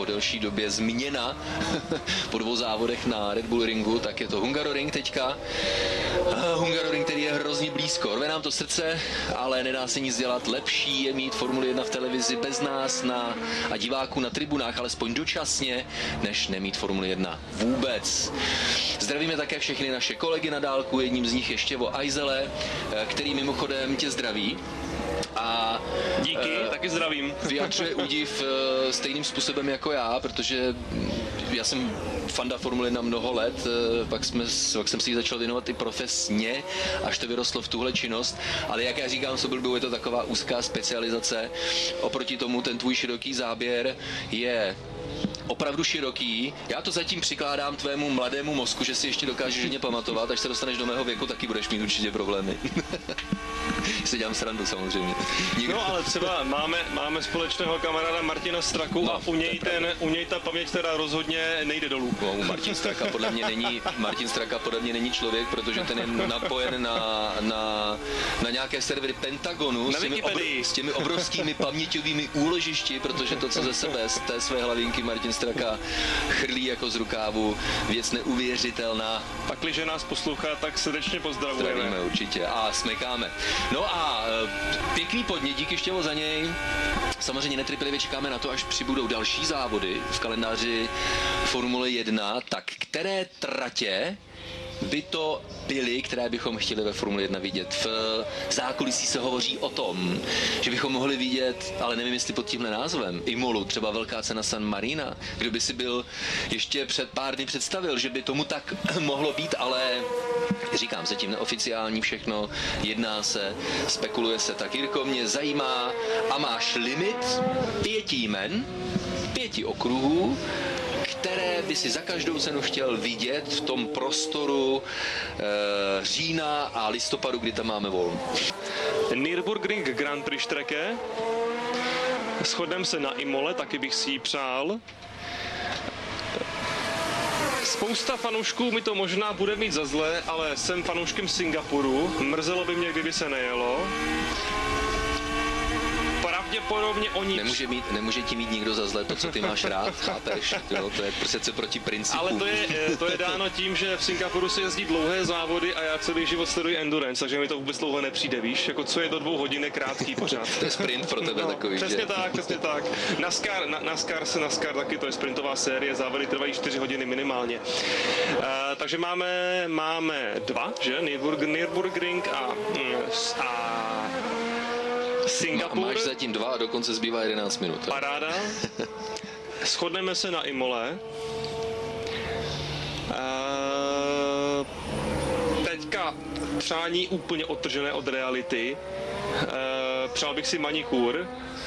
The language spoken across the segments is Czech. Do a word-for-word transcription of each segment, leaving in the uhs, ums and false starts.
delší době změna po dvou závodech na Red Bull Ringu, tak je to Hungaroring teďka. Hungaroring, který je hrozně blízko. Rve nám to srdce, ale nedá se nic dělat. Lepší je mít Formuli jedna v televizi bez nás na, a diváků na tribunách, alespoň dočasně, než nemít Formuli jedna vůbec. Zdravíme také všechny naše kolegy na dálku, jedním z nich je Štěvo Ajzele, který mimochodem tě zdraví. A díky, e, taky zdravím. Vyjadřuje údiv e, stejným způsobem jako já, protože já jsem fanda Formule jedna mnoho let, e, pak, jsme, pak jsem si ji začal věnovat i profesně, až to vyrostlo v tuhle činnost, ale jak já říkám, co blbou, je to taková úzká specializace. Oproti tomu ten tvůj široký záběr je opravdu široký. Já to zatím přikládám tvému mladému mozku, že si ještě dokážeš mě pamatovat, až se dostaneš do mého věku, taky budeš mít určitě problémy. Si dělám srandu samozřejmě. Nikdo... No ale třeba máme, máme společného kamaráda Martina Straku no, a u něj, ten, u něj ta paměť teda rozhodně nejde dolů. No, Martin Straka podle mě není, Martin Straka podle mě není člověk, protože ten je napojen na, na, na nějaké servery Pentagonu s těmi, obr, s těmi obrovskými paměťovými úložišti, protože to, co ze sebe z té své hlavinky Martin Straka chrlí jako z rukávu, věc neuvěřitelná. Pakliže nás poslouchá, tak srdečně pozdravujeme. Zdravíme určitě a smekáme. No a pěkný podnět, díky Štěvo za něj. Samozřejmě netrpělivě čekáme na to, až přibudou další závody v kalendáři Formule jedna, tak které tratě by to byly, které bychom chtěli ve Formule jedna vidět. V zákulisí se hovoří o tom, že bychom mohli vidět, ale nevím, jestli pod tímhle názvem, Imolu, třeba velká cena San Marina. Kdo by si byl ještě před pár dny představil, že by tomu tak mohlo být, ale říkám, zatím neoficiální všechno, jedná se, spekuluje se. Tak Jirko, mě zajímá, a máš limit pěti jmen, pěti okruhů, které by si za každou cenu chtěl vidět v tom prostoru e, října a listopadu, kdy tam máme volno. Nürburgring Grand Prix treke. Shodneme se na Imole, taky bych si ji přál. Spousta fanoušků mi to možná bude mít za zlé, ale jsem fanouškem Singapuru. Mrzelo by mě, kdyby se nejelo. Pravděpodobně oni... Nemůže, mít, nemůže ti mít nikdo za zlé to, co ty máš rád, chápeš? Jo, to je přece proti principu. Ale to je, to je dáno tím, že v Singapuru se jezdí dlouhé závody a já celý život sleduji endurance, takže mi to vůbec dlouho nepřijde, víš? Jako co je do dvou hodin je krátký pořád. To je sprint pro tebe no, takový, přesně že? tak, přesně tak. NASCAR, na, NASCAR se NASCAR taky, to je sprintová série, závody trvají čtyři hodiny minimálně. Uh, takže máme, máme dva, že? Nürburgring a, a Singapur. Máš zatím dva a dokonce zbývá jedenáct minut. Paráda. Shodneme se na Imole. Uh, teďka přání úplně odtržené od reality. Uh, přál bych si manikur.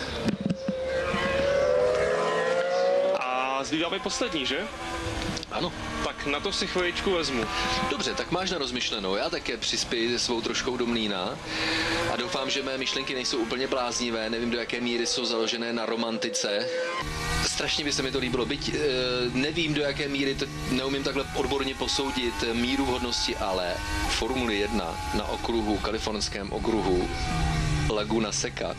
A zbývá mi poslední, že? Ano. Tak na to si chviličku vezmu. Dobře, tak máš na rozmyšlenou. Já také přispěji svou troškou do mlýna a doufám, že mé myšlenky nejsou úplně bláznivé. Nevím, do jaké míry jsou založené na romantice. Strašně by se mi to líbilo, byť e, nevím, do jaké míry, to neumím takhle odborně posoudit míru vhodnosti, ale Formule jedna na okruhu, kalifornském okruhu, Laguna Seca.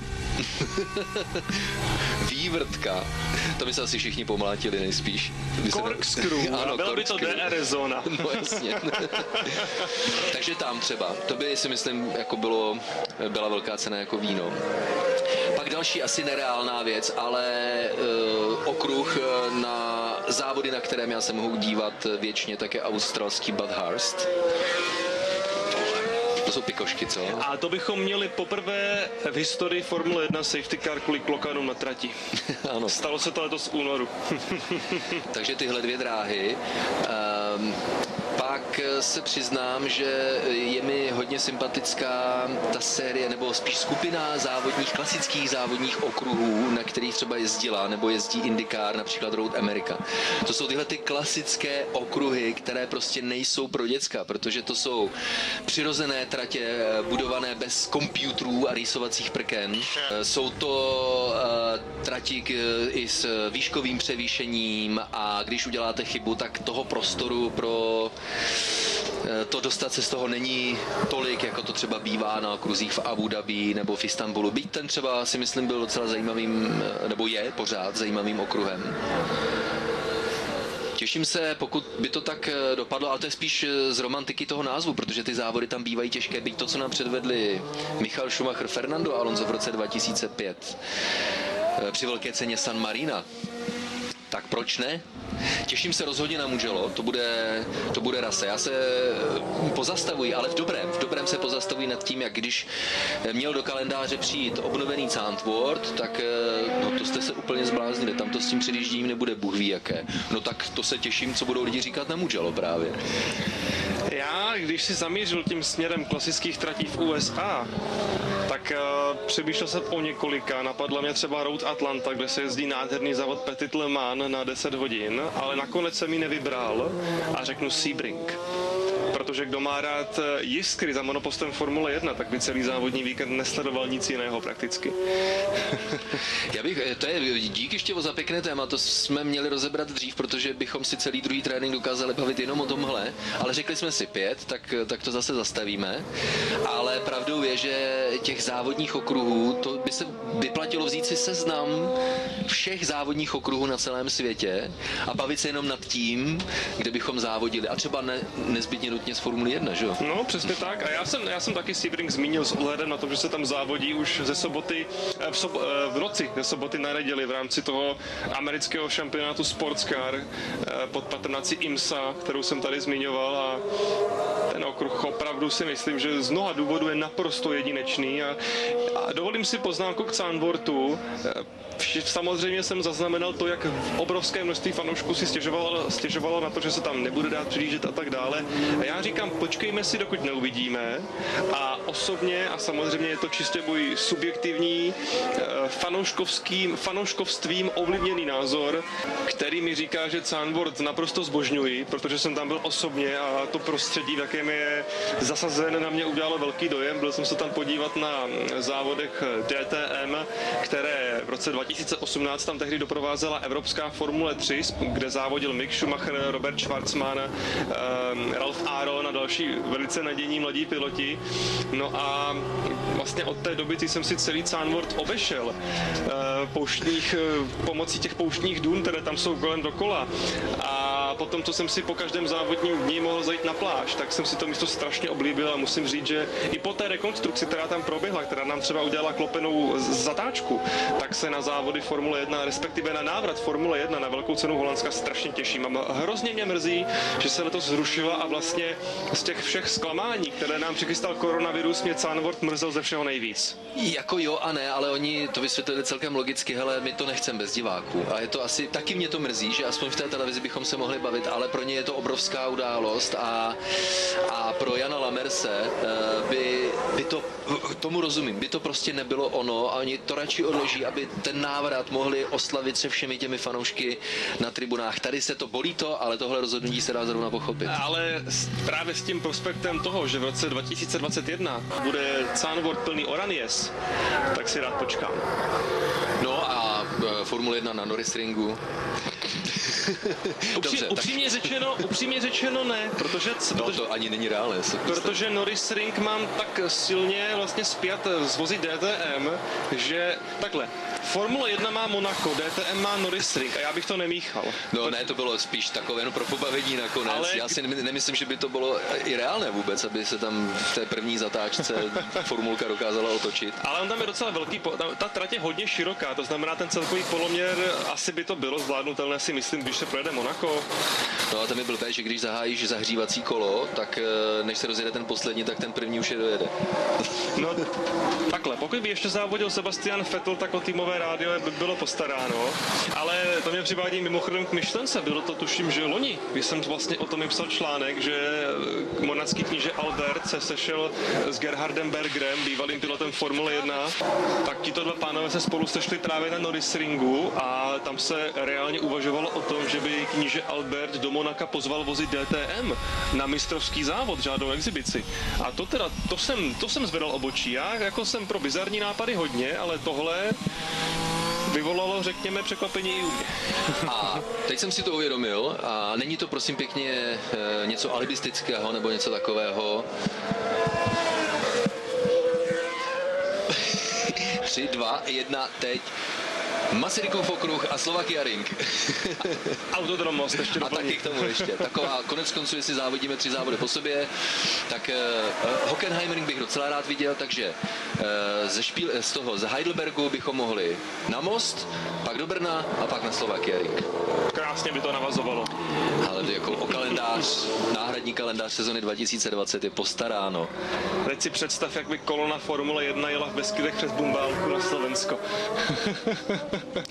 Vývrtka. To by se asi všichni pomlátili nejspíš. Corkscrew, ano, byla by to D R zóna. No jasně. Takže tam třeba, to by si myslím, jako bylo, byla velká cena jako víno. Pak další asi nereálná věc, ale uh, okruh na závody, na kterém já se mohu dívat věčně, tak je australský Bathurst. To jsou pikošky, co? A to bychom měli poprvé v historii Formule jedna safety car kvůli klokanům na trati. Ano. Stalo se to letos v únoru. Takže tyhle dvě dráhy. Um, pak se přiznám, že je mi hodně sympatická ta série, nebo spíš skupina závodních, klasických závodních okruhů, na kterých třeba jezdila, nebo jezdí IndyCar, například Road America. To jsou tyhle ty klasické okruhy, které prostě nejsou pro děcka, protože to jsou přirozené tratě budované bez počítačů a rýsovacích prken. Jsou to uh, trati k, i s výškovým převýšením a když uděláte chybu, tak toho prostoru pro to dostat se z toho není tolik, jako to třeba bývá na okruzích v Abu Dhabi nebo v Istanbulu. Byť ten třeba si myslím byl docela zajímavým, nebo je pořád zajímavým okruhem. Těším se, pokud by to tak dopadlo, ale to je spíš z romantiky toho názvu, protože ty závody tam bývají těžké, byť to, co nám předvedli Michael Schumacher, Fernando Alonso v roce dva tisíce pět při velké ceně San Marina. Tak proč ne? Těším se rozhodně na Mugello, to bude, to bude rase. Já se pozastavuji, ale v dobrém, v dobrém se pozastavuji nad tím, jak když měl do kalendáře přijít obnovený Zandvoort, tak no, to jste se úplně zbláznili, tam to s tím předjížděním nebude bůh ví jaké. No tak to se těším, co budou lidi říkat na Mugello právě. Já, když si zamířil tím směrem klasických tratí v U S A, tak uh, přemýšlel jsem o několika. Napadla mě třeba Road Atlanta, kde se jezdí nádherný závod Petit Le Mans na deset hodin, ale nakonec jsem ji nevybral a řeknu Sebring. Protože kdo má rád jiskry za monopostem Formule jedna, tak by celý závodní víkend nesledoval nic jiného prakticky. Já bych, to je díky Štěvo za pěkné téma, to jsme měli rozebrat dřív, protože bychom si celý druhý trénink dokázali bavit jenom o tomhle, ale řekli jsme si pět, tak, tak to zase zastavíme. Ale pravdou je, že těch závodních okruhů, to by se vyplatilo vzít si seznam všech závodních okruhů na celém světě a bavit se jenom nad tím, kde bychom závodili. A třeba ne, nezbytně nutně z Formule jedna, že jo? No, přesně tak. A já jsem, já jsem taky Sebring zmínil s ohledem na to, že se tam závodí už ze soboty, v, sob, v noci ze soboty na neděli v rámci toho amerického šampionátu Sportscar pod patronací I M S A, kterou jsem tady zmiňoval, a ten okruh opravdu si myslím, že z mnoha důvodů je naprosto jedinečný a, a dovolím si poznámku k Zandvoortu. Samozřejmě jsem zaznamenal to, jak obrovské množství fanoušků si stěžovalo, stěžovalo na to, že se tam nebude dát přijíždět a tak dále. A já říkám, počkejme si, dokud neuvidíme. A osobně, a samozřejmě je to čistě můj subjektivní, fanouškovským, fanouškovstvím ovlivněný názor, který mi říká, že Zandvoort naprosto zbožňuji, protože jsem tam byl osobně a to prostředí, v jakém je zasazen, na mě udělalo velký dojem. Byl jsem se tam podívat na závodech D T M, které v roce dva tisíce osmnáct tam tehdy doprovázela Evropská Formule tři, kde závodil Mick Schumacher, Robert Schwarzman, Ralph Aaron a další velice nadějní mladí piloti. No a vlastně od té doby jsem si celý Zandvoort obešel pouštních, pomocí těch pouštních dun, které tam jsou kolem dokola. A potom, co jsem si po každém závodním dní mohl zajít na pláž, tak jsem si to místo strašně oblíbil a musím říct, že i po té rekonstrukci, která tam proběhla, která nám třeba udělala klopenou zatáčku, tak se na závody Formule jedna, respektive na návrat Formule jedna na velkou cenu Holandska strašně těším. A hrozně mě mrzí, že se letos zrušila a vlastně z těch všech zklamání, které nám přichystal koronavirus, mě Zandvoort mrzel ze všeho nejvíc. Jako jo a ne, ale oni to vysvětlili celkem logicky, hele, my to nechceme bez diváků. A je to asi, taky mě to mrzí, že aspoň v té televizi bychom se mohli bavit, ale pro ně je to obrovská událost a, a pro Jana Lamerse by, by to, tomu rozumím, by to prostě nebylo ono a oni to radši odloží, aby ten návrat mohli oslavit se všemi těmi fanoušky na tribunách. Tady se to bolí to, ale tohle rozhodnutí se dá zrovna pochopit. Ale právě s tím prospektem toho, že v roce dva tisíce dvacet jedna bude Zandvoort plný Oranies, tak si rád počkám. No a uh, Formule jedna na Nürburgringu. Upří, Dobře, upřímně, tak... řečeno, upřímně řečeno ne, protože, no, protože, to ani není reálné. protože Nürburgring mám tak silně vlastně spjat s vozy D T M, že takhle, Formule jedna má Monaco, D T M má Nürburgring a já bych to nemíchal. No ne, to bylo spíš takové jen pro pobavení nakonec. Ale... Já si nemyslím, že by to bylo i reálné vůbec, aby se tam v té první zatáčce formulka dokázala otočit. Ale on tam je docela velký, ta trať je hodně široká, to znamená ten celkový poloměr, asi by to bylo zvládnutelné, si myslím, když se projede Monaco. No a tam je blbé, že když zahájíš zahřívací kolo, tak než se rozjede ten poslední, tak ten první už je dojede. No takhle, pokud by ještě závodil Sebastian Vettel, tak o týmové rádio by bylo postaráno, ale to mě přivádí mimochodem k myšlence, bylo to tuším, že loni, když jsem vlastně o tom i psal článek, že monacký kníže Albert se sešel s Gerhardem Bergerem, bývalým pilotem Formule jedna, tak tito dva pánové se spolu sešli právě na Nürburgringu a tam se reálně uvažovalo o tom, že by kníže Albert do Monaka pozval vozit D T M na mistrovský závod, žádnou exibici. A to teda, to jsem, to jsem zvedal obočí. Já jako jsem pro bizarní nápady hodně, ale tohle vyvolalo, řekněme, překvapení i u mě. A teď jsem si to uvědomil a není to prosím pěkně e, něco alibistického nebo něco takového. Tři, dva, jedna, teď. Masarykův okruh a Slovakia Ring. Autodrom Most ještě A doplní. taky k tomu ještě. Taková konec konců, jestli závodíme tři závody po sobě, tak uh, Hockenheimring bych docela rád viděl, takže uh, ze špíl, z toho, z Heidelbergu bychom mohli na Most, pak do Brna a pak na Slovakia Ring. Krásně by to navazovalo. Ale jako o kalendář, náhradní kalendář sezony dva tisíce dvacet je postaráno. Teď si představ, jak by kolona Formule jedna jela v Beskydech přes Bumbálku na Slovensko.